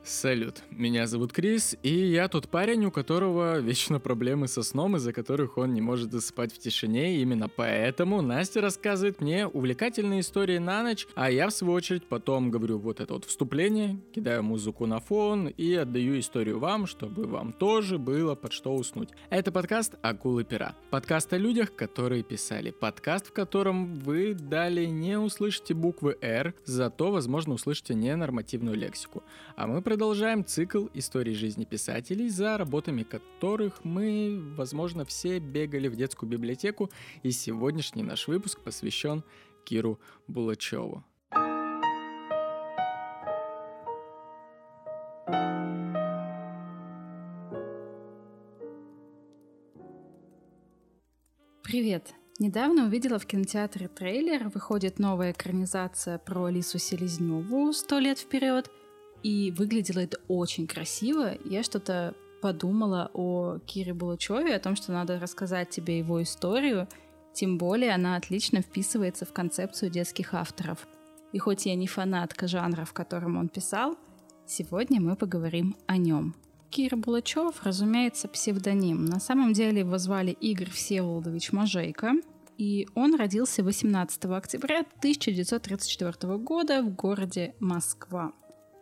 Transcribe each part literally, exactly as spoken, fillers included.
Салют, меня зовут Крис, и я тот парень, у которого вечно проблемы со сном, из-за которых он не может засыпать в тишине, и именно поэтому Настя рассказывает мне увлекательные истории на ночь, а я в свою очередь потом говорю вот это вот вступление, кидаю музыку на фон и отдаю историю вам, чтобы вам тоже было под что уснуть. Это подкаст «Акулы пера». Подкаст о людях, которые писали. Подкаст, в котором вы далее не услышите буквы «Р», зато, возможно, услышите ненормативную лексику. А мы продолжаем цикл историй жизни писателей, за работами которых мы, возможно, все бегали в детскую библиотеку, и сегодняшний наш выпуск посвящен Киру Булачеву. Привет! Недавно увидела в кинотеатре трейлер, выходит новая экранизация про Алису Селезневу «Сто лет вперед», и выглядело это очень красиво. Я что-то подумала о Кире Булачеве, о том, что надо рассказать тебе его историю, тем более она отлично вписывается в концепцию детских авторов. И хоть я не фанатка жанра, в котором он писал, сегодня мы поговорим о нем. Кира Булачев, разумеется, псевдоним. На самом деле его звали Игорь Всеволодович Можейко, и он родился восемнадцатого октября тысяча девятьсот тридцать четвёртого года в городе Москва.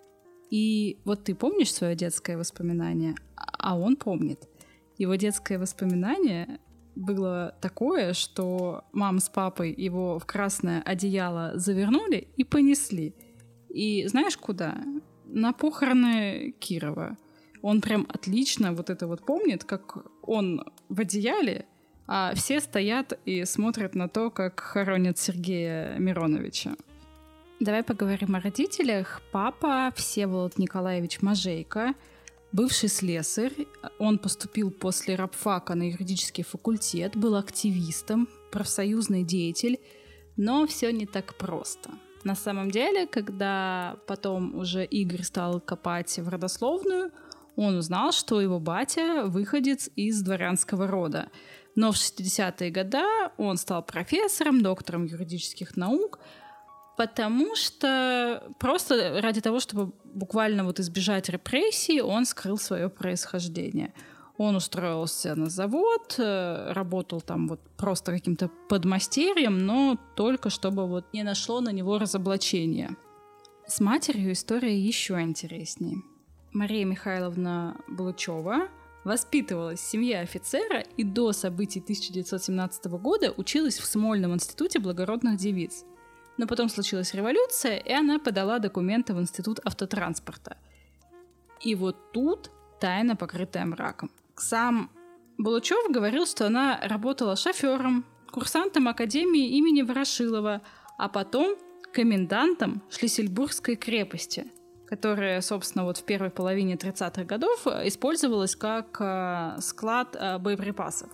И вот ты помнишь свое детское воспоминание, а он помнит. Его детское воспоминание было такое, что мама с папой его в красное одеяло завернули и понесли. И знаешь куда? На похороны Кирова. Он прям отлично вот это вот помнит, как он в одеяле, а все стоят и смотрят на то, как хоронят Сергея Мироновича. Давай поговорим о родителях. Папа Всеволод Николаевич Можейко, бывший слесарь. Он поступил после рабфака на юридический факультет, был активистом, профсоюзный деятель, но все не так просто. На самом деле, когда потом уже Игорь стал копать в родословную, он узнал, что его батя выходец из дворянского рода. Но в шестидесятые годы он стал профессором, доктором юридических наук, потому что просто ради того, чтобы буквально вот избежать репрессий, он скрыл свое происхождение. Он устроился на завод, работал там вот просто каким-то подмастерьем, но только чтобы вот не нашло на него разоблачения. С матерью история еще интереснее. Мария Михайловна Булачева воспитывалась в семье офицера и до событий тысяча девятьсот семнадцатого года училась в Смольном институте благородных девиц. Но потом случилась революция, и она подала документы в Институт автотранспорта. И вот тут тайна, покрытая мраком. Сам Булачев говорил, что она работала шофером, курсантом Академии имени Ворошилова, а потом комендантом Шлиссельбургской крепости, которая, собственно, вот в первой половине тридцатых годов использовалась как склад боеприпасов.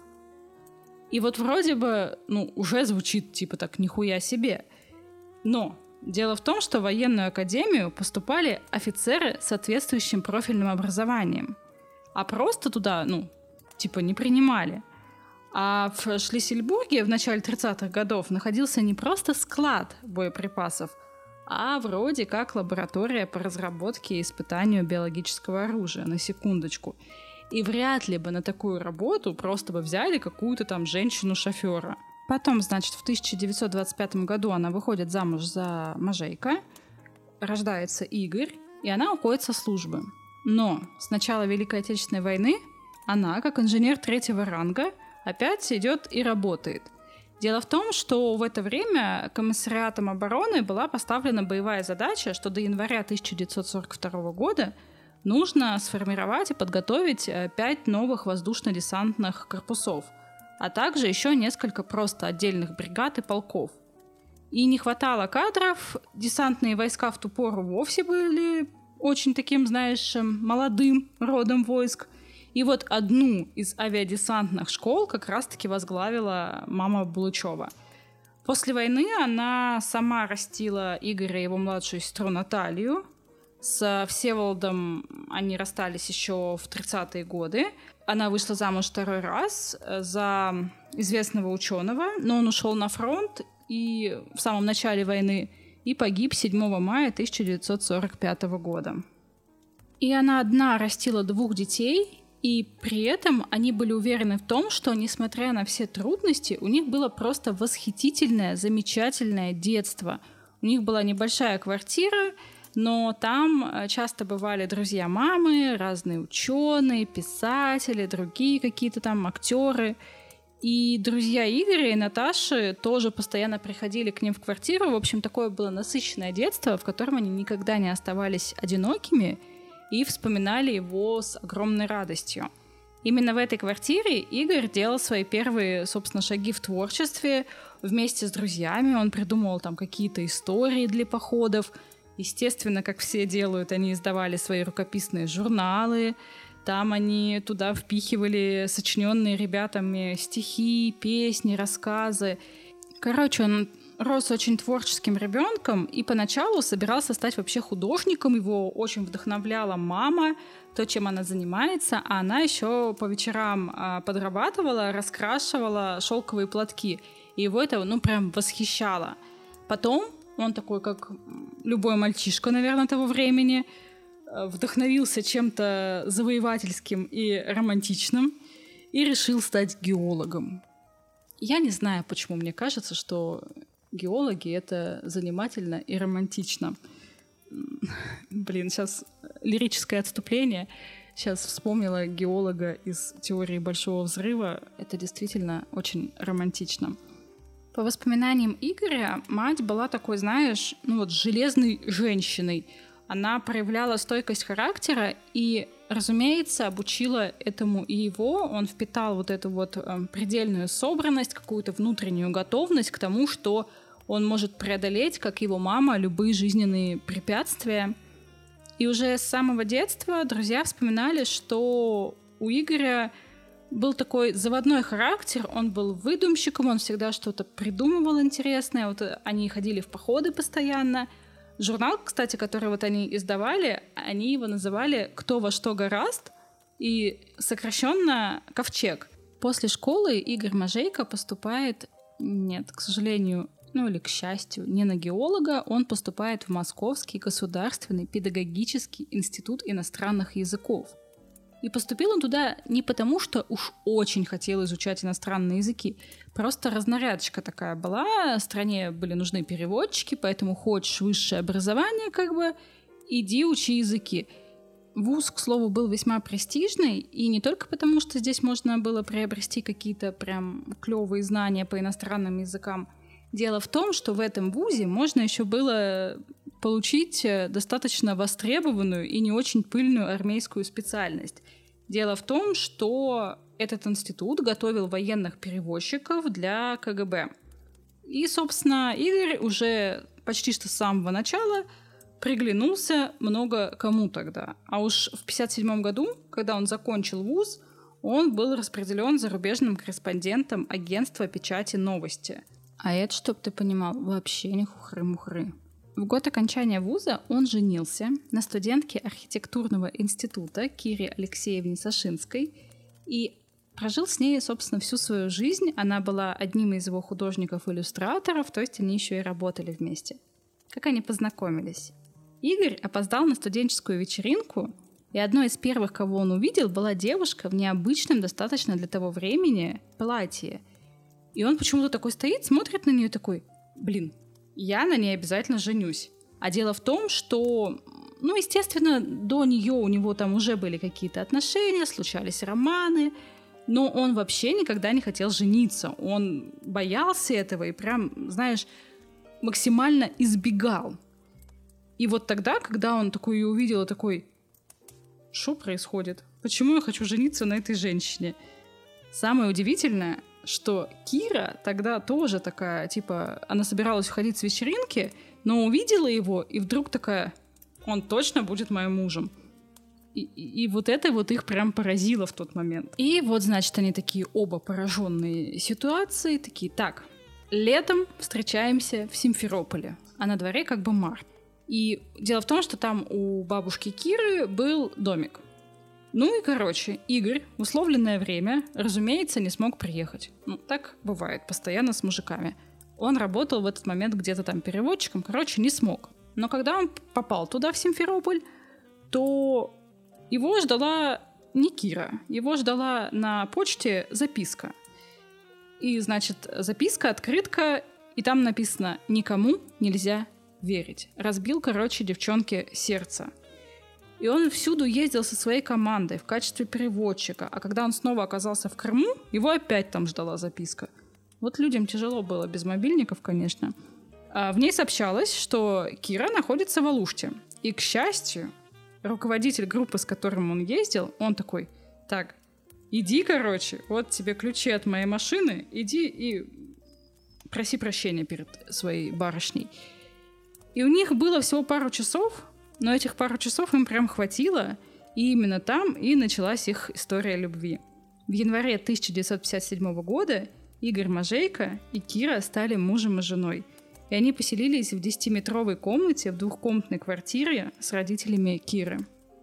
И вот вроде бы, ну, уже звучит типа так нихуя себе. Но дело в том, что в военную академию поступали офицеры с соответствующим профильным образованием, а просто туда, ну, типа не принимали. А в Шлиссельбурге в начале тридцатых годов находился не просто склад боеприпасов, а вроде как лаборатория по разработке и испытанию биологического оружия, на секундочку. И вряд ли бы на такую работу просто бы взяли какую-то там женщину-шофера. Потом, значит, в тысяча девятьсот двадцать пятом году она выходит замуж за Можейко, рождается Игорь, и она уходит со службы. Но с начала Великой Отечественной войны она, как инженер третьего ранга, опять идет и работает. Дело в том, что в это время комиссариатом обороны была поставлена боевая задача, что до января тысяча девятьсот сорок второго года нужно сформировать и подготовить пять новых воздушно-десантных корпусов, а также еще несколько просто отдельных бригад и полков. И не хватало кадров, десантные войска в ту пору вовсе были очень таким, знаешь, молодым родом войск. И вот одну из авиадесантных школ как раз-таки возглавила мама Булачева. После войны она сама растила Игоря и его младшую сестру Наталью. С Всеволодом они расстались еще в тридцатые годы. Она вышла замуж второй раз за известного ученого, но он ушел на фронт и в самом начале войны и погиб седьмого мая тысяча девятьсот сорок пятого года. И она одна растила двух детей, и при этом они были уверены в том, что, несмотря на все трудности, у них было просто восхитительное, замечательное детство. У них была небольшая квартира, но там часто бывали друзья мамы, разные ученые, писатели, другие какие-то там актеры. И друзья Игоря и Наташи тоже постоянно приходили к ним в квартиру. В общем, такое было насыщенное детство, в котором они никогда не оставались одинокими и вспоминали его с огромной радостью. Именно в этой квартире Игорь делал свои первые, собственно, шаги в творчестве. Вместе с друзьями он придумывал там какие-то истории для походов. Естественно, как все делают, они издавали свои рукописные журналы. Там они туда впихивали сочиненные ребятами стихи, песни, рассказы. Короче, он рос очень творческим ребенком и поначалу собирался стать вообще художником. Его очень вдохновляла мама, то, чем она занимается, а она еще по вечерам подрабатывала, раскрашивала шелковые платки. И его это, ну, прям восхищало. Потом он такой, как любой мальчишка, наверное, того времени, вдохновился чем-то завоевательским и романтичным и решил стать геологом. Я не знаю, почему мне кажется, что геологи — это занимательно и романтично. Блин, сейчас лирическое отступление. Сейчас вспомнила геолога из «Теории большого взрыва». Это действительно очень романтично. По воспоминаниям Игоря, мать была такой, знаешь, ну вот железной женщиной. Она проявляла стойкость характера и, разумеется, обучила этому и его. Он впитал вот эту вот э, предельную собранность, какую-то внутреннюю готовность к тому, что он может преодолеть, как его мама, любые жизненные препятствия. И уже с самого детства друзья вспоминали, что у Игоря был такой заводной характер, он был выдумщиком, он всегда что-то придумывал интересное. Вот они ходили в походы постоянно. Журнал, кстати, который вот они издавали, они его называли «Кто во что горазд» и сокращенно «Ковчег». После школы Игорь Можейко поступает, нет, к сожалению, ну или к счастью, не на геолога, он поступает в Московский государственный педагогический институт иностранных языков. И поступил он туда не потому, что уж очень хотел изучать иностранные языки. Просто разнарядочка такая была, стране были нужны переводчики, поэтому хочешь высшее образование, как бы, иди учи языки. Вуз, к слову, был весьма престижный, и не только потому, что здесь можно было приобрести какие-то прям клевые знания по иностранным языкам. Дело в том, что в этом вузе можно еще было получить достаточно востребованную и не очень пыльную армейскую специальность. Дело в том, что этот институт готовил военных переводчиков для ка гэ бэ. И, собственно, Игорь уже почти что с самого начала приглянулся много кому тогда. А уж в пятьдесят седьмом году, когда он закончил вуз, он был распределен зарубежным корреспондентом агентства печати «Новости». А это, чтоб ты понимал, вообще не хухры-мухры. В год окончания вуза он женился на студентке архитектурного института Кире Алексеевне Сашинской и прожил с ней, собственно, всю свою жизнь. Она была одним из его художников-иллюстраторов, то есть они еще и работали вместе. Как они познакомились? Игорь опоздал на студенческую вечеринку, и одной из первых, кого он увидел, была девушка в необычном достаточно для того времени платье. И он почему-то такой стоит, смотрит на нее такой: блин, я на ней обязательно женюсь. А дело в том, что, ну, естественно, до нее у него там уже были какие-то отношения, случались романы, но он вообще никогда не хотел жениться. Он боялся этого и прям, знаешь, максимально избегал. И вот тогда, когда он такой ее увидел, такой: что происходит? Почему я хочу жениться на этой женщине? Самое удивительное, что Кира тогда тоже такая, типа, она собиралась уходить с вечеринки, но увидела его, и вдруг такая: он точно будет моим мужем. И, и, и вот это вот их прям поразило в тот момент. И вот, значит, они такие оба пораженные ситуацией, такие: так, летом встречаемся в Симферополе, а на дворе как бы март. И дело в том, что там у бабушки Киры был домик. Ну и, короче, Игорь в условленное время, разумеется, не смог приехать. Ну, так бывает постоянно с мужиками. Он работал в этот момент где-то там переводчиком, короче, не смог. Но когда он попал туда, в Симферополь, то его ждала не Кира, его ждала на почте записка. И, значит, записка, открытка, и там написано «Никому нельзя верить». Разбил, короче, девчонке сердце. И он всюду ездил со своей командой в качестве переводчика. А когда он снова оказался в Крыму, его опять там ждала записка. Вот людям тяжело было без мобильников, конечно. А в ней сообщалось, что Кира находится в Алуште. И, к счастью, руководитель группы, с которым он ездил, он такой: так, иди, короче, вот тебе ключи от моей машины, иди и проси прощения перед своей барышней. И у них было всего пару часов, но этих пару часов им прям хватило, и именно там и началась их история любви. В январе тысяча девятьсот пятьдесят седьмого года Игорь Можейко и Кира стали мужем и женой, и они поселились в десятиметровой комнате в двухкомнатной квартире с родителями Киры.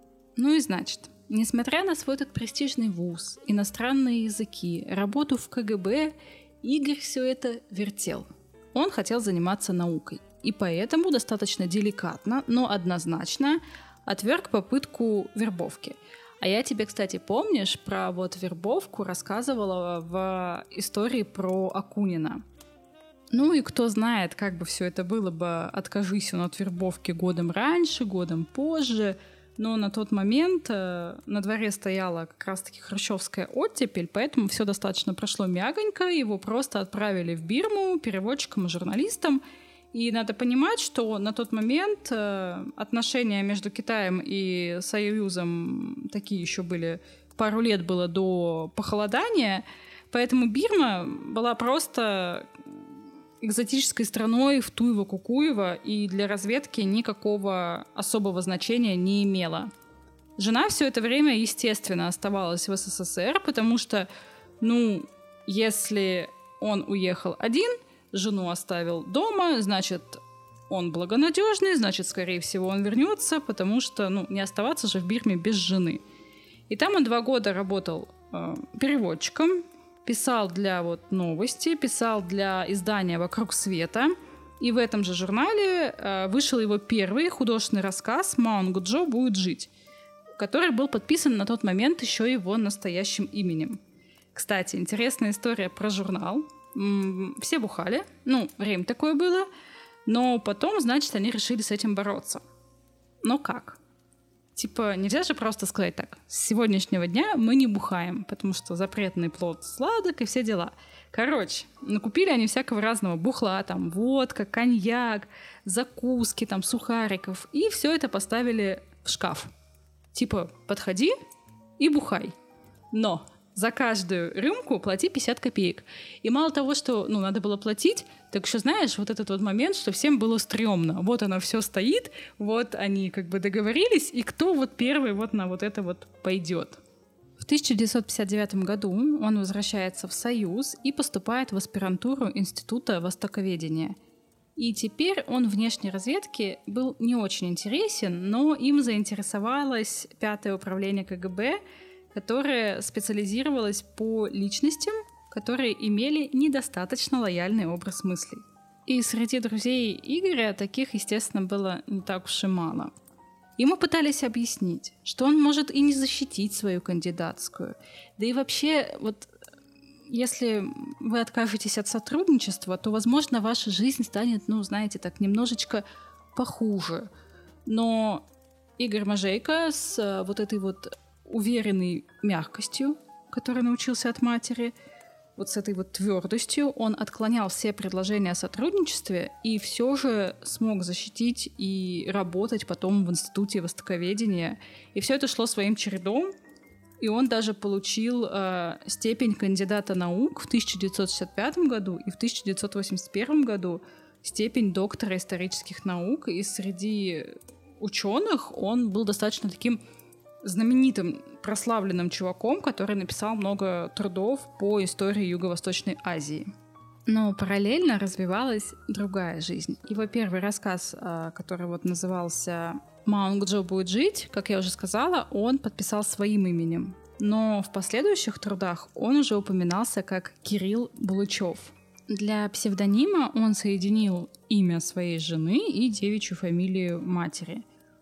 Ну и значит, несмотря на свой этот престижный вуз, иностранные языки, работу в ка гэ бэ, Игорь все это вертел. Он хотел заниматься наукой. И поэтому достаточно деликатно, но однозначно отверг попытку вербовки. А я тебе, кстати, помнишь, про вот вербовку рассказывала в истории про Акунина. Ну и кто знает, как бы все это было бы, откажись он от вербовки годом раньше, годом позже. Но на тот момент э, на дворе стояла как раз-таки хрущевская оттепель, поэтому все достаточно прошло мягонько, его просто отправили в Бирму переводчиком и журналистом. И надо понимать, что на тот момент э, отношения между Китаем и Союзом такие еще были, пару лет было до похолодания, поэтому Бирма была просто экзотической страной в Туево-Кукуево и для разведки никакого особого значения не имела. Жена все это время, естественно, оставалась в эс эс эс эр, потому что, ну, если он уехал один, жену оставил дома, значит, он благонадежный, значит, скорее всего, он вернется, потому что, ну, не оставаться же в Бирме без жены. И там он два года работал э, переводчиком, писал для вот новости, писал для издания «Вокруг света». И в этом же журнале э, вышел его первый художественный рассказ «Маунг Джо будет жить», который был подписан на тот момент еще его настоящим именем. Кстати, интересная история про журнал. М-м, все бухали, ну, время такое было, но потом, значит, они решили с этим бороться. Но как? Типа, нельзя же просто сказать так: с сегодняшнего дня мы не бухаем, потому что запретный плод сладок и все дела. Короче, накупили они всякого разного бухла, там, водка, коньяк, закуски, там, сухариков, и все это поставили в шкаф. Типа, подходи и бухай. Но за каждую рюмку плати пятьдесят копеек. И мало того, что, ну, надо было платить, так еще, знаешь, вот этот вот момент, что всем было стрёмно. Вот оно все стоит, вот они как бы договорились, и кто вот первый вот на вот это вот пойдет. В тысяча девятьсот пятьдесят девятом году он возвращается в Союз и поступает в аспирантуру Института Востоковедения. И теперь он внешней разведке был не очень интересен, но им заинтересовалось пятое управление ка гэ бэ, которое специализировалось по личностям, которые имели недостаточно лояльный образ мыслей. И среди друзей Игоря таких, естественно, было не так уж и мало. Ему пытались объяснить, что он может и не защитить свою кандидатскую. Да и вообще, вот если вы откажетесь от сотрудничества, то, возможно, ваша жизнь станет, ну, знаете, так немножечко похуже. Но Игорь Можейко с вот этой вот уверенной мягкостью, которой научился от матери, вот с этой вот твердостью, он отклонял все предложения о сотрудничестве и все же смог защитить и работать потом в Институте Востоковедения. И все это шло своим чередом, и он даже получил э, степень кандидата наук в тысяча девятьсот шестьдесят пятом году и в тысяча девятьсот восемьдесят первом году степень доктора исторических наук, и среди ученых он был достаточно таким знаменитым, прославленным чуваком, который написал много трудов по истории Юго-Восточной Азии. Но параллельно развивалась другая жизнь. Его первый рассказ, который вот назывался «Маунг Джо будет жить», как я уже сказала, он подписал своим именем. Но в последующих трудах он уже упоминался как Кирилл Булычев. Для псевдонима он соединил имя своей жены и девичью фамилию матери.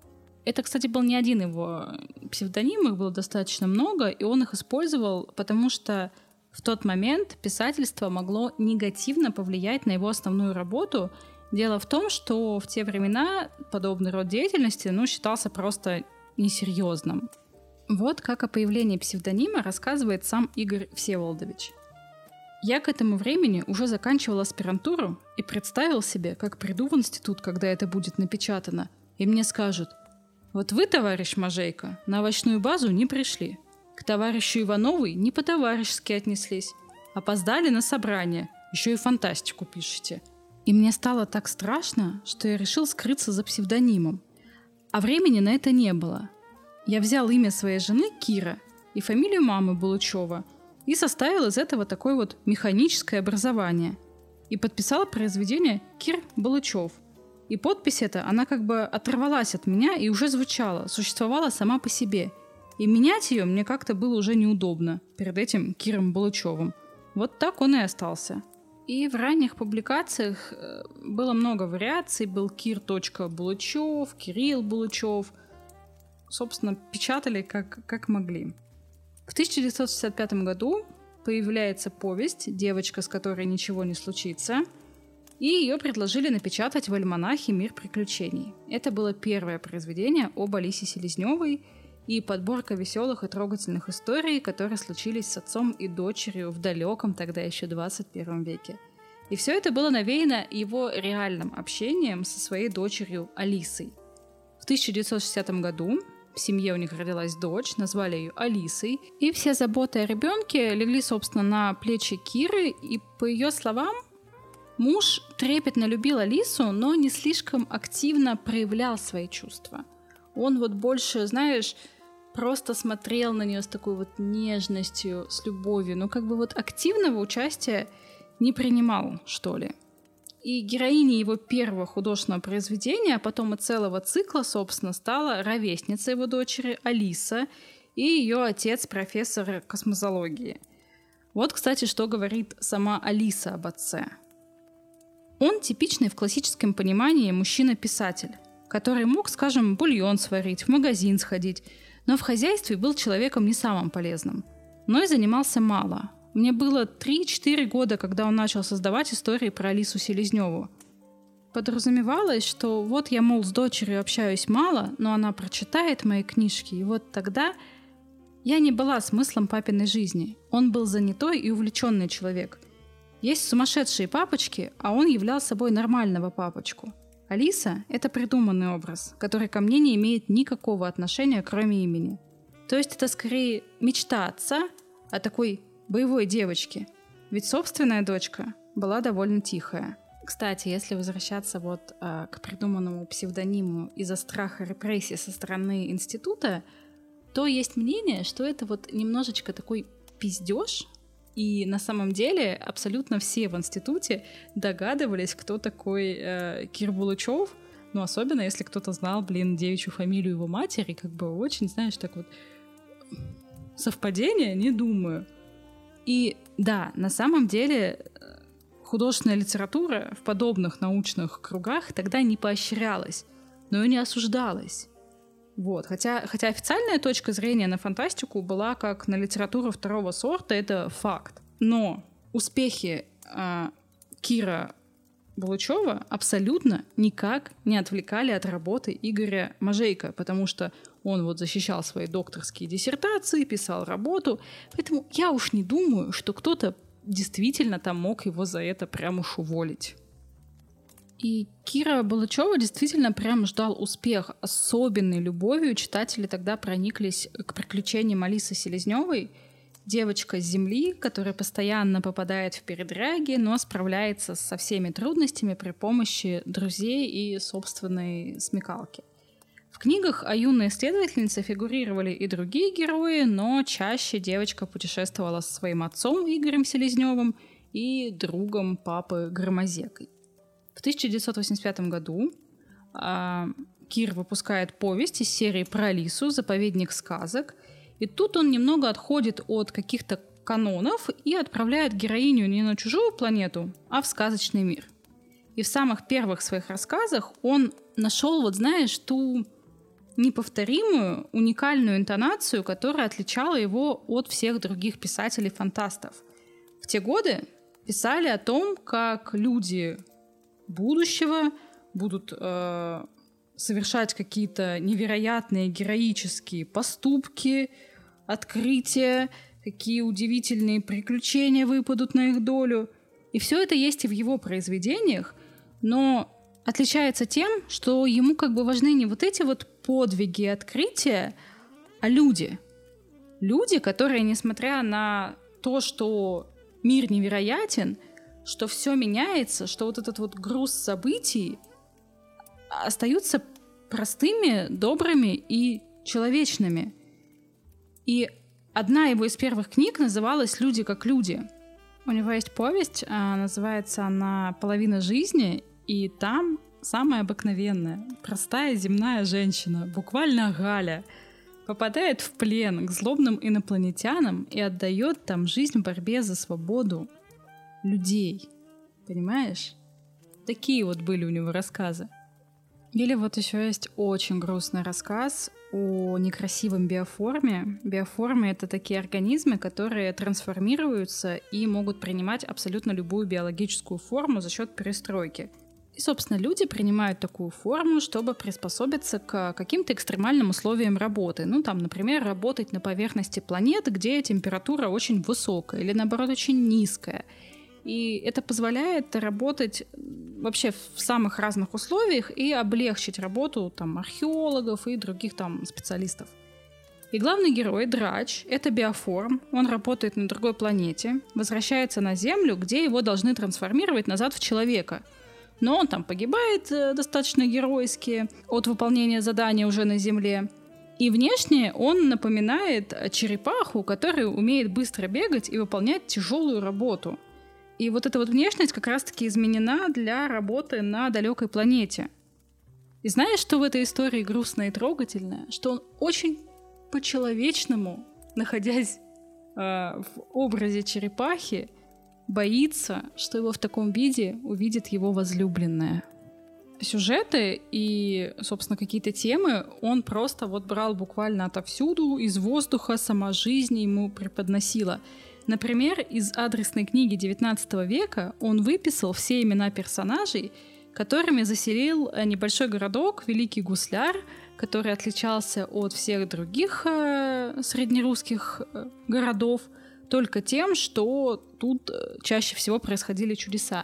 Это, кстати, был не один его псевдоним, их было достаточно много, и он их использовал, потому что в тот момент писательство могло негативно повлиять на его основную работу. Дело в том, что в те времена подобный род деятельности, ну, считался просто несерьезным. Вот как о появлении псевдонима рассказывает сам Игорь Всеволодович. «Я к этому времени уже заканчивал аспирантуру и представил себе, как приду в институт, когда это будет напечатано, и мне скажут: вот вы, товарищ Можейко, на овощную базу не пришли, к товарищу Иванову не по-товарищески отнеслись, опоздали на собрание, еще и фантастику пишете». И мне стало так страшно, что я решил скрыться за псевдонимом. А времени на это не было. Я взял имя своей жены Кира и фамилию мамы Булычева и составил из этого такое вот механическое образование. И подписал произведение Кир Булычев. И подпись эта, она как бы оторвалась от меня и уже звучала, существовала сама по себе. И менять ее мне как-то было уже неудобно перед этим Киром Булычевым. Вот так он и остался. И в ранних публикациях было много вариаций. Был Кир.Булычев, Кирилл Булычев. Собственно, печатали как, как могли. В тысяча девятьсот шестьдесят пятом году появляется повесть «Девочка, с которой ничего не случится», и ее предложили напечатать в альманахе «Мир приключений». Это было первое произведение об Алисе Селезневой и подборка веселых и трогательных историй, которые случились с отцом и дочерью в далеком тогда еще двадцать первом веке. И все это было навеяно его реальным общением со своей дочерью Алисой. В тысяча девятьсот шестидесятом году в семье у них родилась дочь, назвали ее Алисой, и все заботы о ребенке легли, собственно, на плечи Киры, и, по ее словам, муж трепетно любил Алису, но не слишком активно проявлял свои чувства. Он вот больше, знаешь, просто смотрел на нее с такой вот нежностью, с любовью, но как бы вот активного участия не принимал, что ли. И героиней его первого художественного произведения, а потом и целого цикла, собственно, стала ровесница его дочери Алиса и ее отец, профессор космозоологии. Вот, кстати, что говорит сама Алиса об отце. Он типичный в классическом понимании мужчина-писатель, который мог, скажем, бульон сварить, в магазин сходить, но в хозяйстве был человеком не самым полезным, но и занимался мало. Мне было три-четыре года, когда он начал создавать истории про Алису Селезневу. Подразумевалось, что вот я, мол, с дочерью общаюсь мало, но она прочитает мои книжки, и вот тогда я не была смыслом папиной жизни. Он был занятой и увлеченный человек. Есть сумасшедшие папочки, а он являл собой нормального папочку. Алиса — это придуманный образ, который ко мне не имеет никакого отношения, кроме имени. То есть это скорее мечта отца о такой боевой девочки. Ведь собственная дочка была довольно тихая. Кстати, если возвращаться вот э, к придуманному псевдониму из-за страха репрессий со стороны института, то есть мнение, что это вот немножечко такой пиздеж, и на самом деле абсолютно все в институте догадывались, кто такой э, Кир Булычев, ну особенно если кто-то знал, блин, девичью фамилию его матери, как бы очень, знаешь, так вот совпадение, не думаю. И да, на самом деле художественная литература в подобных научных кругах тогда не поощрялась, но и не осуждалась. Вот. Хотя, хотя официальная точка зрения на фантастику была как на литературу второго сорта, это факт. Но успехи э, Кира Булычева абсолютно никак не отвлекали от работы Игоря Можейко, потому что он вот защищал свои докторские диссертации, писал работу. Поэтому я уж не думаю, что кто-то действительно там мог его за это прям уж уволить. И Кира Булычева действительно прям ждал успех. Особенной любовью читатели тогда прониклись к приключениям Алисы Селезневой. Девочка с земли, которая постоянно попадает в передряги, но справляется со всеми трудностями при помощи друзей и собственной смекалки. В книгах о юной исследовательнице фигурировали и другие герои, но чаще девочка путешествовала со своим отцом Игорем Селезневым и другом папы Громозекой. В тысяча девятьсот восемьдесят пятом году э, Кир выпускает повесть из серии про Алису «Заповедник сказок», и тут он немного отходит от каких-то канонов и отправляет героиню не на чужую планету, а в сказочный мир. И в самых первых своих рассказах он нашел, вот знаешь, ту неповторимую, уникальную интонацию, которая отличала его от всех других писателей-фантастов. В те годы писали о том, как люди будущего будут э, совершать какие-то невероятные героические поступки, открытия, какие удивительные приключения выпадут на их долю. И все это есть и в его произведениях, но отличается тем, что ему как бы важны не вот эти вот подвиги и открытия, а люди. Люди, которые, несмотря на то, что мир невероятен, что все меняется, что вот этот вот груз событий остаются простыми, добрыми и человечными. И одна его из первых книг называлась «Люди как люди». У него есть повесть, называется она «Половина жизни», и там самая обыкновенная, простая земная женщина, буквально Галя, попадает в плен к злобным инопланетянам и отдает там жизнь в борьбе за свободу людей. Понимаешь? Такие вот были у него рассказы. Или вот еще есть очень грустный рассказ о некрасивом биоформе. Биоформы — это такие организмы, которые трансформируются и могут принимать абсолютно любую биологическую форму за счет перестройки. И, собственно, люди принимают такую форму, чтобы приспособиться к каким-то экстремальным условиям работы. Ну, там, например, работать на поверхности планеты, где температура очень высокая или, наоборот, очень низкая. И это позволяет работать вообще в самых разных условиях и облегчить работу там, археологов и других там специалистов. И главный герой, Драч, это биоформ, он работает на другой планете, возвращается на Землю, где его должны трансформировать назад в человека. Но он там погибает э, достаточно геройски от выполнения задания уже на Земле. И внешне он напоминает черепаху, которая умеет быстро бегать и выполнять тяжелую работу. И вот эта вот внешность как раз-таки изменена для работы на далекой планете. И знаешь, что в этой истории грустное и трогательное? Что он очень по-человечному, находясь э, в образе черепахи, боится, что его в таком виде увидит его возлюбленная. Сюжеты и, собственно, какие-то темы он просто вот брал буквально отовсюду, из воздуха, сама жизнь ему преподносила. Например, из адресной книги девятнадцатого века он выписал все имена персонажей, которыми заселил небольшой городок Великий Гусляр, который отличался от всех других э, среднерусских э, городов только тем, что тут чаще всего происходили чудеса.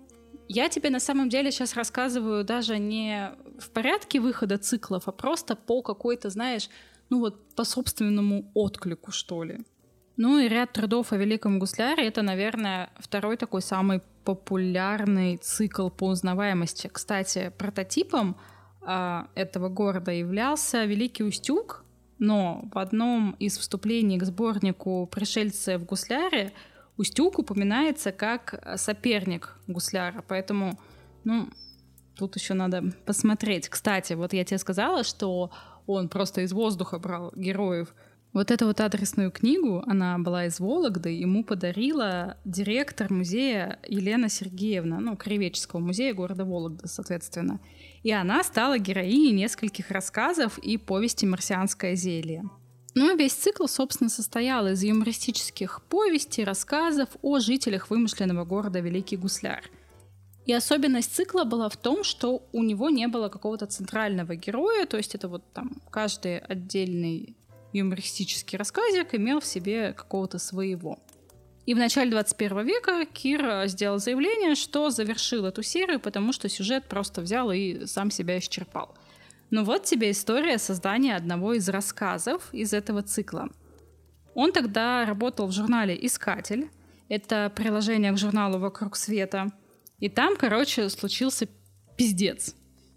Я тебе на самом деле сейчас рассказываю даже не в порядке выхода циклов, а просто по какой-то, знаешь, ну вот по собственному отклику, что ли. Ну и ряд трудов о Великом Гусляре — это, наверное, второй такой самый популярный цикл по узнаваемости. Кстати, прототипом э, этого города являлся Великий Устюг, но в одном из вступлений к сборнику «Пришельцы в Гусляре» Устюг упоминается как соперник Гусляра, поэтому, ну, тут еще надо посмотреть. Кстати, вот я тебе сказала, что он просто из воздуха брал героев. Вот эту вот адресную книгу, она была из Вологды, ему подарила директор музея Елена Сергеевна, ну, Краеведческого музея города Вологды, соответственно. И она стала героиней нескольких рассказов и повести «Марсианское зелье». Ну и весь цикл, собственно, состоял из юмористических повестей, рассказов о жителях вымышленного города Великий Гусляр. И особенность цикла была в том, что у него не было какого-то центрального героя, то есть это вот там каждый отдельный юмористический рассказик имел в себе какого-то своего. И в начале двадцать первого века Кир сделал заявление, что завершил эту серию, потому что сюжет просто взял и сам себя исчерпал. Ну вот тебе история создания одного из рассказов из этого цикла. Он тогда работал в журнале «Искатель». Это приложение к журналу «Вокруг света». И там, короче, случился пиздец.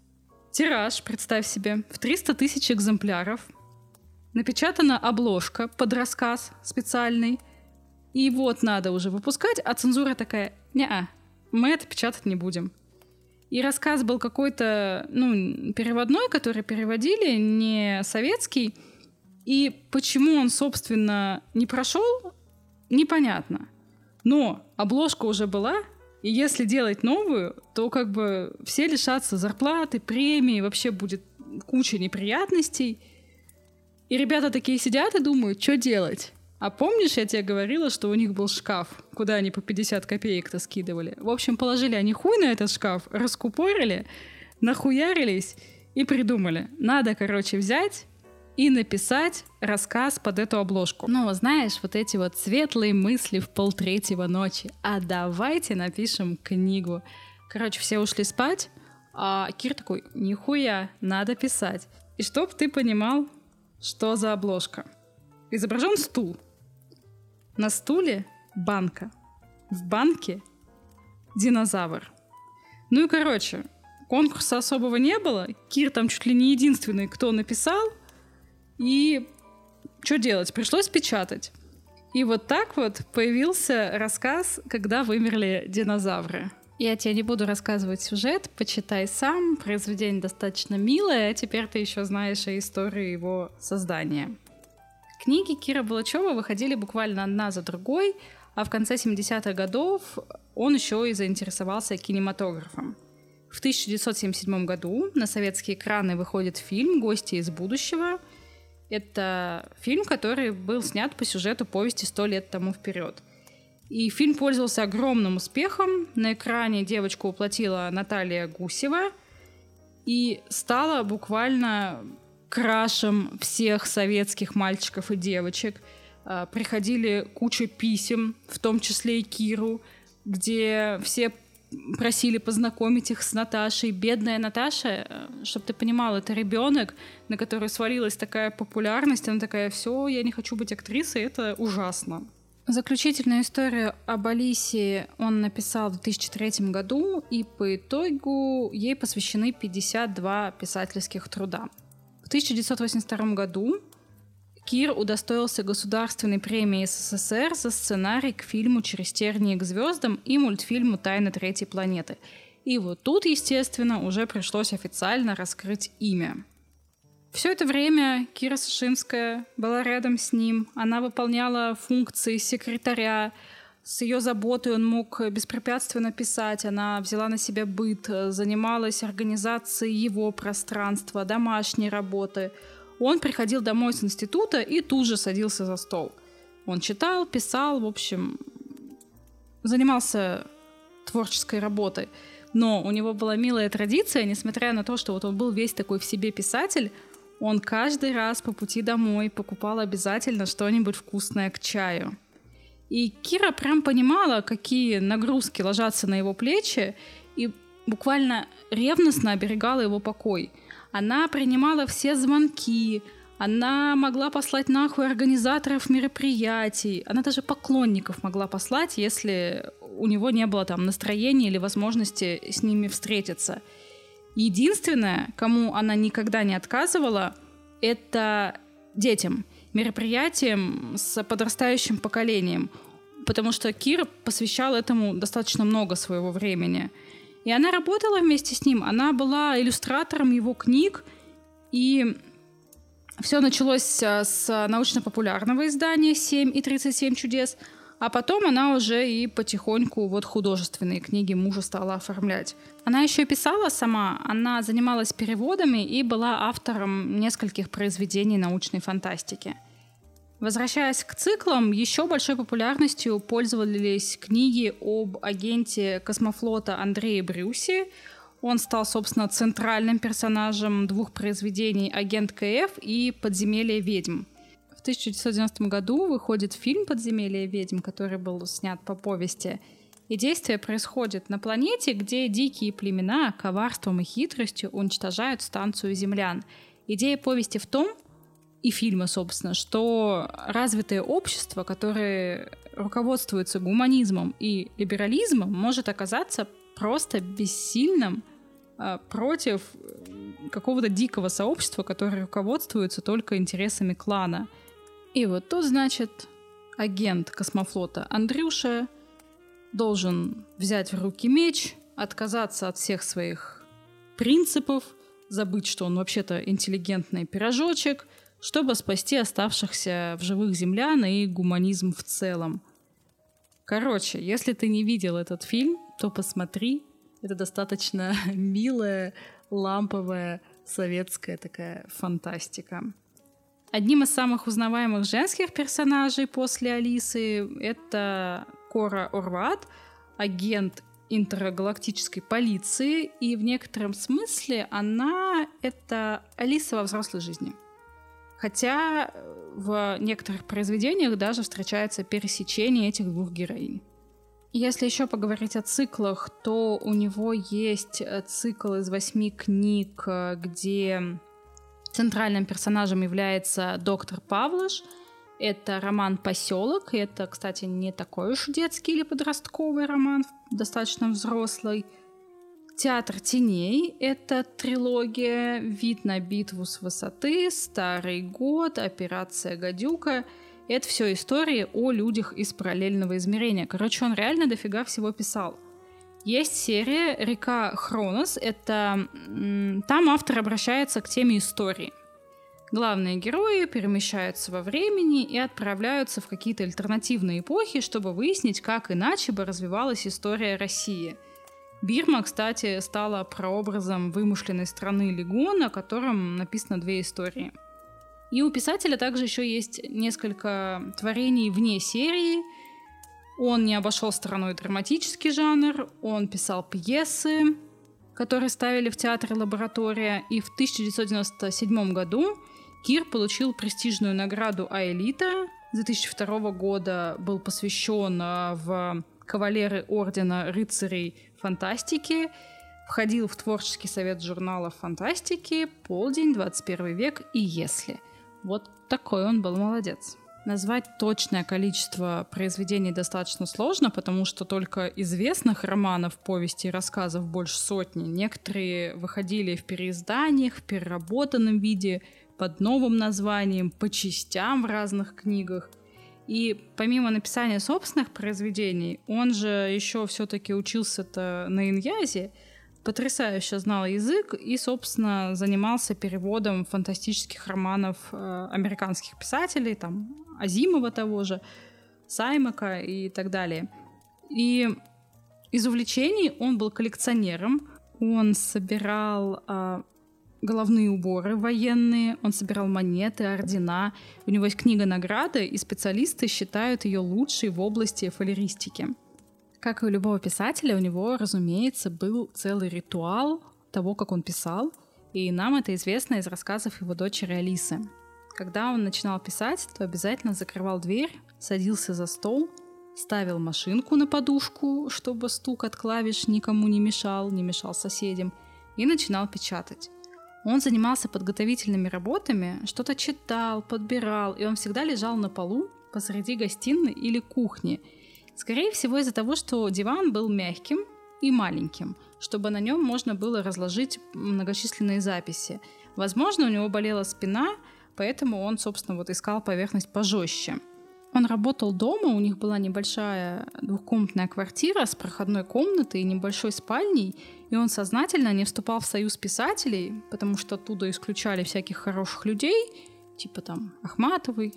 Тираж, представь себе, в триста тысяч экземпляров. Напечатана обложка под рассказ специальный. И вот надо уже выпускать, а цензура такая: не-а, мы это печатать не будем. И рассказ был какой-то, ну, переводной, который переводили, не советский. И почему он, собственно, не прошел, непонятно. Но обложка уже была, и если делать новую, то как бы все лишатся зарплаты, премии, вообще будет куча неприятностей. И ребята такие сидят и думают, что делать? А помнишь, я тебе говорила, что у них был шкаф, куда они по пятьдесят копеек-то скидывали? В общем, положили они хуй на этот шкаф, раскупорили, нахуярились и придумали. Надо, короче, взять и написать рассказ под эту обложку. Ну, знаешь, вот эти вот светлые мысли в полтретьего ночи. А давайте напишем книгу. Короче, все ушли спать, а Кир такой, нихуя, надо писать. И чтоб ты понимал, что за обложка. Изображен стул. На стуле банка. В банке динозавр. Ну и, короче, конкурса особого не было. Кир там чуть ли не единственный, кто написал. И что делать? Пришлось печатать. И вот так вот появился рассказ «Когда вымерли динозавры». Я тебе не буду рассказывать сюжет, почитай сам. Произведение достаточно милое, а теперь ты еще знаешь о истории его создания. Книги Кира Булачева выходили буквально одна за другой, а в конце семидесятых годов он еще и заинтересовался кинематографом. В тысяча девятьсот семьдесят седьмом году на советские экраны выходит фильм «Гости из будущего». Это фильм, который был снят по сюжету повести «Сто лет тому вперед». И фильм пользовался огромным успехом. На экране девочку воплотила Наталья Гусева и стала буквально крашем всех советских мальчиков и девочек. Приходили куча писем, в том числе и Киру, где все просили познакомить их с Наташей. Бедная Наташа, чтобы ты понимал, это ребенок, на которую свалилась такая популярность. Она такая, все, я не хочу быть актрисой, это ужасно. Заключительную историю об Алисе он написал в две тысячи третьем году, и по итогу ей посвящены пятьдесят два писательских труда. В тысяча девятьсот восемьдесят втором году Кир удостоился Государственной премии СССР за сценарий к фильму «Через тернии к звездам» и мультфильму «Тайны третьей планеты». И вот тут, естественно, уже пришлось официально раскрыть имя. Все это время Кира Сашинская была рядом с ним. Она выполняла функции секретаря. С ее заботой он мог беспрепятственно писать. Она взяла на себя быт, занималась организацией его пространства, домашней работы. Он приходил домой с института и тут же садился за стол. Он читал, писал, в общем, занимался творческой работой. Но у него была милая традиция, несмотря на то, что вот он был весь такой в себе писатель, он каждый раз по пути домой покупал обязательно что-нибудь вкусное к чаю. И Кира прям понимала, какие нагрузки ложатся на его плечи, и буквально ревностно оберегала его покой. Она принимала все звонки, она могла послать нахуй организаторов мероприятий, она даже поклонников могла послать, если у него не было там настроения или возможности с ними встретиться. Единственное, кому она никогда не отказывала, это детям, мероприятиям с подрастающим поколением, потому что Кир посвящал этому достаточно много своего времени. И она работала вместе с ним, она была иллюстратором его книг, и все началось с научно-популярного издания «семь и тридцать семь чудес», а потом она уже и потихоньку вот художественные книги мужа стала оформлять. Она еще писала сама, она занималась переводами и была автором нескольких произведений научной фантастики. Возвращаясь к циклам, еще большой популярностью пользовались книги об агенте космофлота Андрее Брюсе. Он стал, собственно, центральным персонажем двух произведений «Агент КФ» и «Подземелье ведьм». В тысяча девятьсот девяностом году выходит фильм «Подземелье ведьм», который был снят по повести. И действие происходит на планете, где дикие племена коварством и хитростью уничтожают станцию землян. Идея повести в том, и фильма, собственно, что развитое общество, которое руководствуется гуманизмом и либерализмом, может оказаться просто бессильным а, против какого-то дикого сообщества, которое руководствуется только интересами клана. И вот тут, значит, агент космофлота Андрюша должен взять в руки меч, отказаться от всех своих принципов, забыть, что он вообще-то интеллигентный пирожочек, чтобы спасти оставшихся в живых землян и гуманизм в целом. Короче, если ты не видел этот фильм, то посмотри. Это достаточно милая, ламповая советская такая фантастика. Одним из самых узнаваемых женских персонажей после Алисы это Кора Орват, агент интергалактической полиции, и в некотором смысле она — это Алиса во взрослой жизни. Хотя в некоторых произведениях даже встречается пересечение этих двух героинь. Если еще поговорить о циклах, то у него есть цикл из восьми книг, где центральным персонажем является доктор Павлош. Это роман «Поселок». И это, кстати, не такой уж детский или подростковый роман, достаточно взрослый. «Театр теней» — это трилогия, «Вид на битву с высоты», «Старый год», «Операция Гадюка». Это все истории о людях из параллельного измерения. Короче, он реально дофига всего писал. Есть серия «Река Хронос». Это там автор обращается к теме истории. Главные герои перемещаются во времени и отправляются в какие-то альтернативные эпохи, чтобы выяснить, как иначе бы развивалась история России. Бирма, кстати, стала прообразом вымышленной страны Легон, о котором написано две истории. И у писателя также еще есть несколько творений вне серии. Он не обошел стороной драматический жанр, он писал пьесы, которые ставили в театре «Лаборатория», и в тысяча девятьсот девяносто седьмом году Кир получил престижную награду «Аэлита». С две тысячи второго года был посвящен в кавалеры Ордена Рыцарей Фантастики, входил в творческий совет журнала «Фантастики», «Полдень», «двадцать первый век» и «Если». Вот такой он был молодец. Назвать точное количество произведений достаточно сложно, потому что только известных романов, повестей и рассказов больше сотни. Некоторые выходили в переизданиях, в переработанном виде, под новым названием, по частям в разных книгах. И помимо написания собственных произведений, он же еще все-таки учился-то на иньязе, потрясающе знал язык и, собственно, занимался переводом фантастических романов э, американских писателей, там, Азимова того же, Саймака и так далее. И из увлечений он был коллекционером, он собирал э, головные уборы военные, он собирал монеты, ордена. У него есть книга «Награды», и специалисты считают ее лучшей в области фолеристики. Как и у любого писателя, у него, разумеется, был целый ритуал того, как он писал, и нам это известно из рассказов его дочери Алисы. Когда он начинал писать, то обязательно закрывал дверь, садился за стол, ставил машинку на подушку, чтобы стук от клавиш никому не мешал, не мешал соседям, и начинал печатать. Он занимался подготовительными работами, что-то читал, подбирал, и он всегда лежал на полу посреди гостиной или кухни. Скорее всего, из-за того, что диван был мягким и маленьким, чтобы на нем можно было разложить многочисленные записи. Возможно, у него болела спина, поэтому он, собственно, вот искал поверхность пожестче. Он работал дома, у них была небольшая двухкомнатная квартира с проходной комнатой и небольшой спальней, и он сознательно не вступал в союз писателей, потому что оттуда исключали всяких хороших людей, типа там Ахматовой.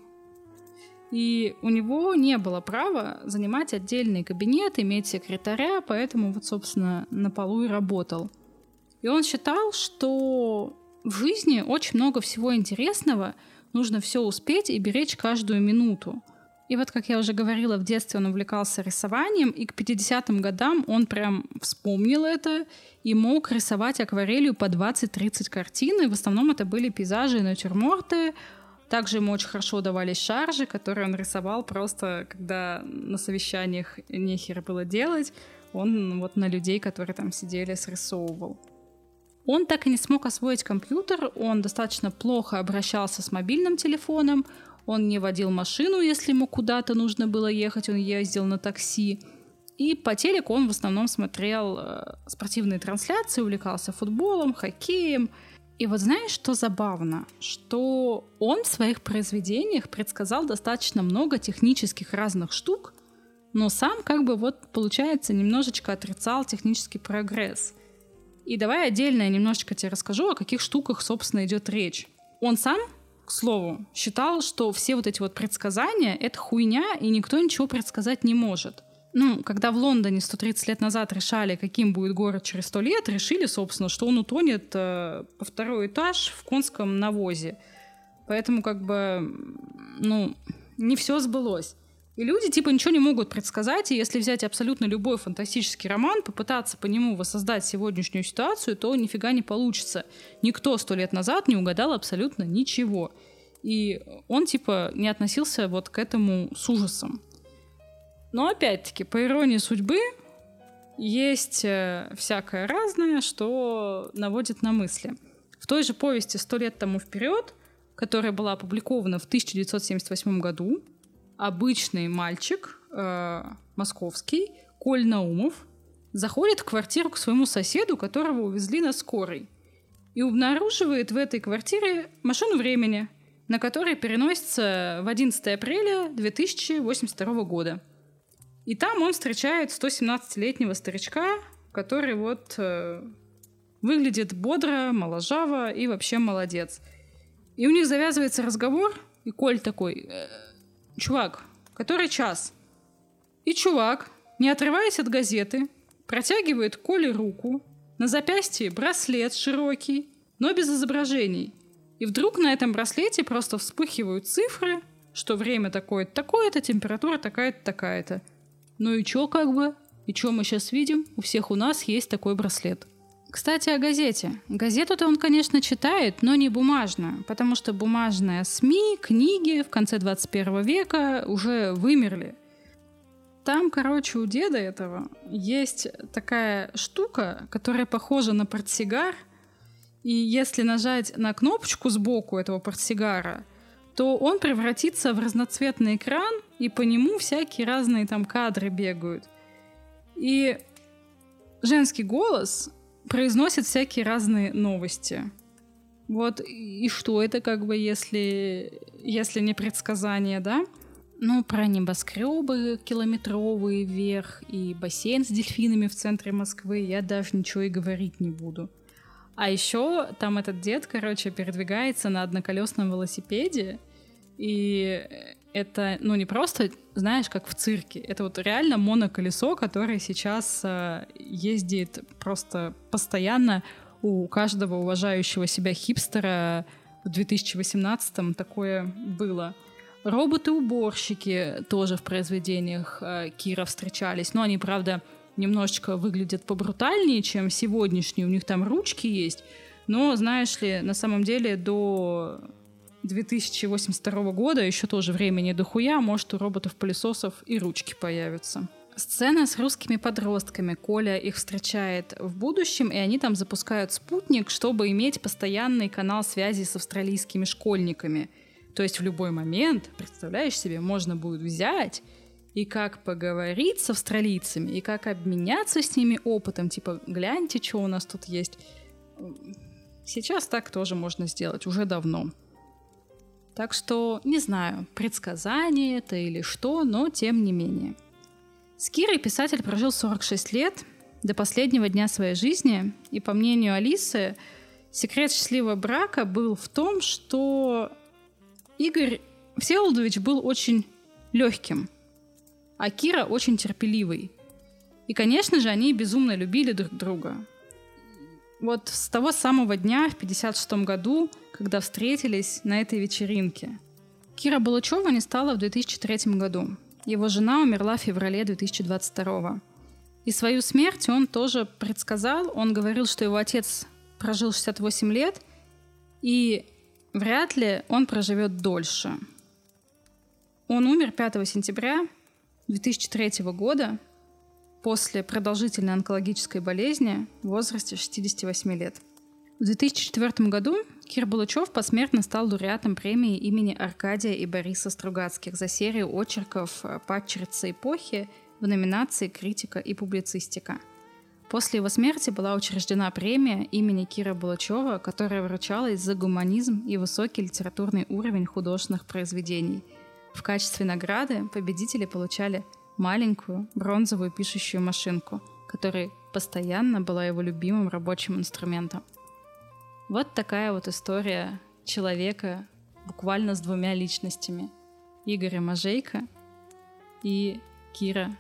И у него не было права занимать отдельный кабинет, иметь секретаря, поэтому вот, собственно, на полу и работал. И он считал, что в жизни очень много всего интересного, нужно все успеть и беречь каждую минуту. И вот, как я уже говорила, в детстве он увлекался рисованием, и к пятидесятым годам он прям вспомнил это и мог рисовать акварелью по двадцать-тридцать картин, и в основном это были пейзажи и натюрморты. Также ему очень хорошо давались шаржи, которые он рисовал просто, когда на совещаниях нехер было делать, он вот на людей, которые там сидели, срисовывал. Он так и не смог освоить компьютер, он достаточно плохо обращался с мобильным телефоном, он не водил машину, если ему куда-то нужно было ехать, он ездил на такси. И по телеку он в основном смотрел э, спортивные трансляции, увлекался футболом, хоккеем. И вот знаешь, что забавно? Что он в своих произведениях предсказал достаточно много технических разных штук, но сам как бы вот, получается, немножечко отрицал технический прогресс. И давай отдельно я немножечко тебе расскажу, о каких штуках, собственно, идет речь. Он сам, к слову, считал, что все вот эти вот предсказания — это хуйня, и никто ничего предсказать не может. Ну, когда в Лондоне сто тридцать лет назад решали, каким будет город через сто лет, решили, собственно, что он утонет э, по второй этаж в конском навозе. Поэтому, как бы, ну, не все сбылось. И люди, типа, ничего не могут предсказать, и если взять абсолютно любой фантастический роман, попытаться по нему воссоздать сегодняшнюю ситуацию, то нифига не получится. Никто сто лет назад не угадал абсолютно ничего. И он, типа, не относился вот к этому с ужасом. Но опять-таки, по иронии судьбы, есть э, всякое разное, что наводит на мысли. В той же повести «Сто лет тому вперед», которая была опубликована в тысяча девятьсот семьдесят восьмом году, обычный мальчик, э, московский, Коль Наумов, заходит в квартиру к своему соседу, которого увезли на скорой, и обнаруживает в этой квартире машину времени, на которой переносится в одиннадцатое апреля две тысячи восемьдесят второго года. И там он встречает сто семнадцатилетнего старичка, который вот э, выглядит бодро, моложаво и вообще молодец. И у них завязывается разговор, и Коль такой: э, «Чувак, который час?» И чувак, не отрываясь от газеты, протягивает Коле руку, на запястье браслет широкий, но без изображений. И вдруг на этом браслете просто вспыхивают цифры, что время такое-то, такое-то, температура такая-то, такая-то. Ну и чё как бы? И чё мы сейчас видим? У всех у нас есть такой браслет. Кстати, о газете. Газету-то он, конечно, читает, но не бумажную, потому что бумажные СМИ, книги в конце двадцать первого века уже вымерли. Там, короче, у деда этого есть такая штука, которая похожа на портсигар, и если нажать на кнопочку сбоку этого портсигара, то он превратится в разноцветный экран, и по нему всякие разные там кадры бегают. И женский голос произносит всякие разные новости. Вот, и что это, как бы, если, если не предсказание, да? Ну, про небоскребы километровые вверх и бассейн с дельфинами в центре Москвы я даже ничего и говорить не буду. А еще там этот дед, короче, передвигается на одноколесном велосипеде, и это, ну, не просто, знаешь, как в цирке, это вот реально моноколесо, которое сейчас э, ездит просто постоянно у каждого уважающего себя хипстера. В две тысячи восемнадцатом такое было. Роботы-уборщики тоже в произведениях э, Кира встречались, но они, правда, немножечко выглядят побрутальнее, чем сегодняшние. У них там ручки есть. Но, знаешь ли, на самом деле до две тысячи восемьдесят второго года еще тоже времени дохуя, может, у роботов-пылесосов и ручки появятся. Сцена с русскими подростками. Коля их встречает в будущем, и они там запускают спутник, чтобы иметь постоянный канал связи с австралийскими школьниками. То есть в любой момент, представляешь себе, можно будет взять и как поговорить с австралийцами, и как обменяться с ними опытом. Типа, гляньте, что у нас тут есть. Сейчас так тоже можно сделать, уже давно. Так что, не знаю, предсказание это или что, но тем не менее. С Кирой писатель прожил сорок шесть лет, до последнего дня своей жизни, и, по мнению Алисы, секрет счастливого брака был в том, что Игорь Всеволодович был очень легким, а Кира очень терпеливой. И, конечно же, они безумно любили друг друга. Вот с того самого дня, в пятьдесят шестом году, когда встретились на этой вечеринке. Кира Булычева не стала в две тысячи третьем году. Его жена умерла в феврале две тысячи двадцать второго. И свою смерть он тоже предсказал. Он говорил, что его отец прожил шестьдесят восемь лет, и вряд ли он проживет дольше. Он умер пятого сентября две тысячи третьего года после продолжительной онкологической болезни в возрасте шестидесяти восьми лет. В две тысячи четвёртом году Кир Булычев посмертно стал лауреатом премии имени Аркадия и Бориса Стругацких за серию очерков «Падчерица эпохи» в номинации «Критика и публицистика». После его смерти была учреждена премия имени Кира Булычева, которая вручалась за гуманизм и высокий литературный уровень художественных произведений. В качестве награды победители получали маленькую бронзовую пишущую машинку, которая постоянно была его любимым рабочим инструментом. Вот такая вот история человека буквально с двумя личностями. Игоря Можейко и Кира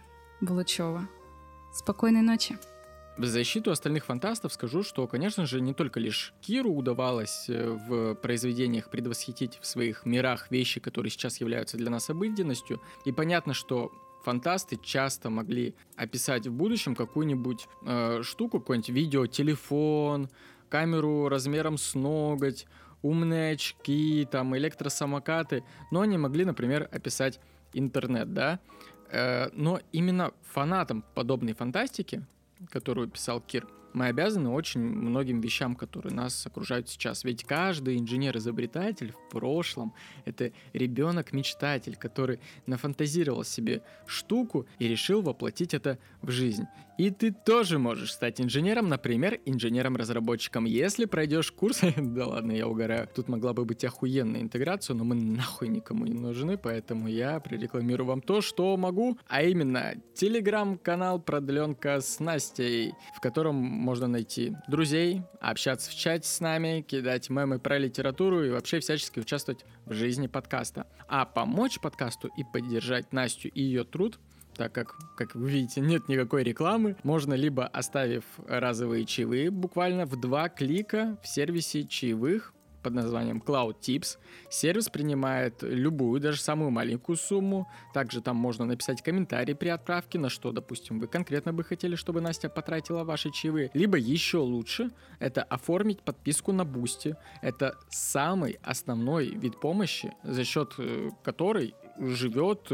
Булычева. Спокойной ночи. В защиту остальных фантастов скажу, что, конечно же, не только лишь Киру удавалось в произведениях предвосхитить в своих мирах вещи, которые сейчас являются для нас обыденностью, и понятно, что фантасты часто могли описать в будущем какую-нибудь э, штуку, какой-нибудь видеотелефон, камеру размером с ноготь, умные очки, там, электросамокаты, но они могли, например, описать интернет, да? Э, но именно фанатам подобной фантастики, которую писал Кир, мы обязаны очень многим вещам, которые нас окружают сейчас. Ведь каждый инженер-изобретатель в прошлом — это ребенок-мечтатель, который нафантазировал себе штуку и решил воплотить это в жизнь. И ты тоже можешь стать инженером, например, инженером-разработчиком, если пройдешь курс... Да ладно, я угораю. Тут могла бы быть охуенная интеграция, но мы нахуй никому не нужны, поэтому я прорекламирую вам то, что могу, а именно телеграм-канал «Продленка с Настей», в котором можно найти друзей, общаться в чате с нами, кидать мемы про литературу и вообще всячески участвовать в жизни подкаста. А помочь подкасту и поддержать Настю и ее труд, так как, как вы видите, нет никакой рекламы, можно либо оставив разовые чаевые буквально в два клика в сервисе чаевых под названием Cloud Tips. Сервис принимает любую, даже самую маленькую сумму. Также там можно написать комментарий при отправке, на что, допустим, вы конкретно бы хотели, чтобы Настя потратила ваши чаевые. Либо еще лучше, это оформить подписку на Boosty. Это самый основной вид помощи, за счет которой живет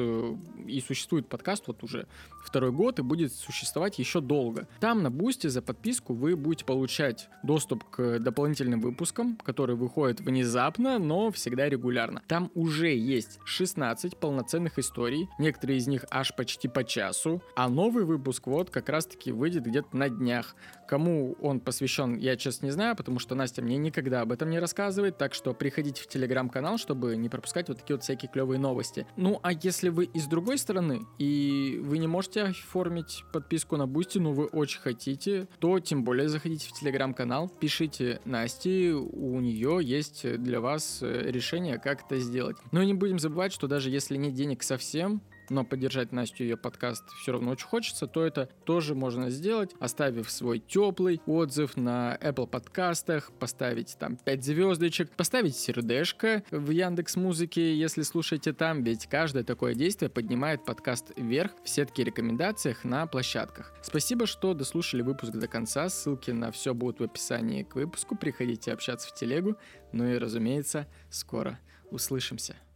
и существует подкаст вот уже второй год и будет существовать еще долго. Там на Boosty за подписку вы будете получать доступ к дополнительным выпускам, которые выходят внезапно, но всегда регулярно. Там уже есть шестнадцать полноценных историй, некоторые из них аж почти по часу, а новый выпуск вот как раз-таки выйдет где-то на днях. Кому он посвящен, я честно не знаю, потому что Настя мне никогда об этом не рассказывает, так что приходите в телеграм-канал, чтобы не пропускать вот такие вот всякие клевые новости. Ну, а если вы из другой стороны, и вы не можете оформить подписку на Boosty, но вы очень хотите, то тем более заходите в телеграм-канал, пишите Насте, у нее есть для вас решение, как это сделать. Но не будем забывать, что даже если нет денег совсем, но поддержать Настю и ее подкаст все равно очень хочется, то это тоже можно сделать, оставив свой теплый отзыв на Apple подкастах, поставить там пять звездочек, поставить сердечко в Яндекс.Музыке, если слушаете там, ведь каждое такое действие поднимает подкаст вверх в сетке рекомендациях на площадках. Спасибо, что дослушали выпуск до конца, ссылки на все будут в описании к выпуску, приходите общаться в телегу, ну и, разумеется, скоро услышимся.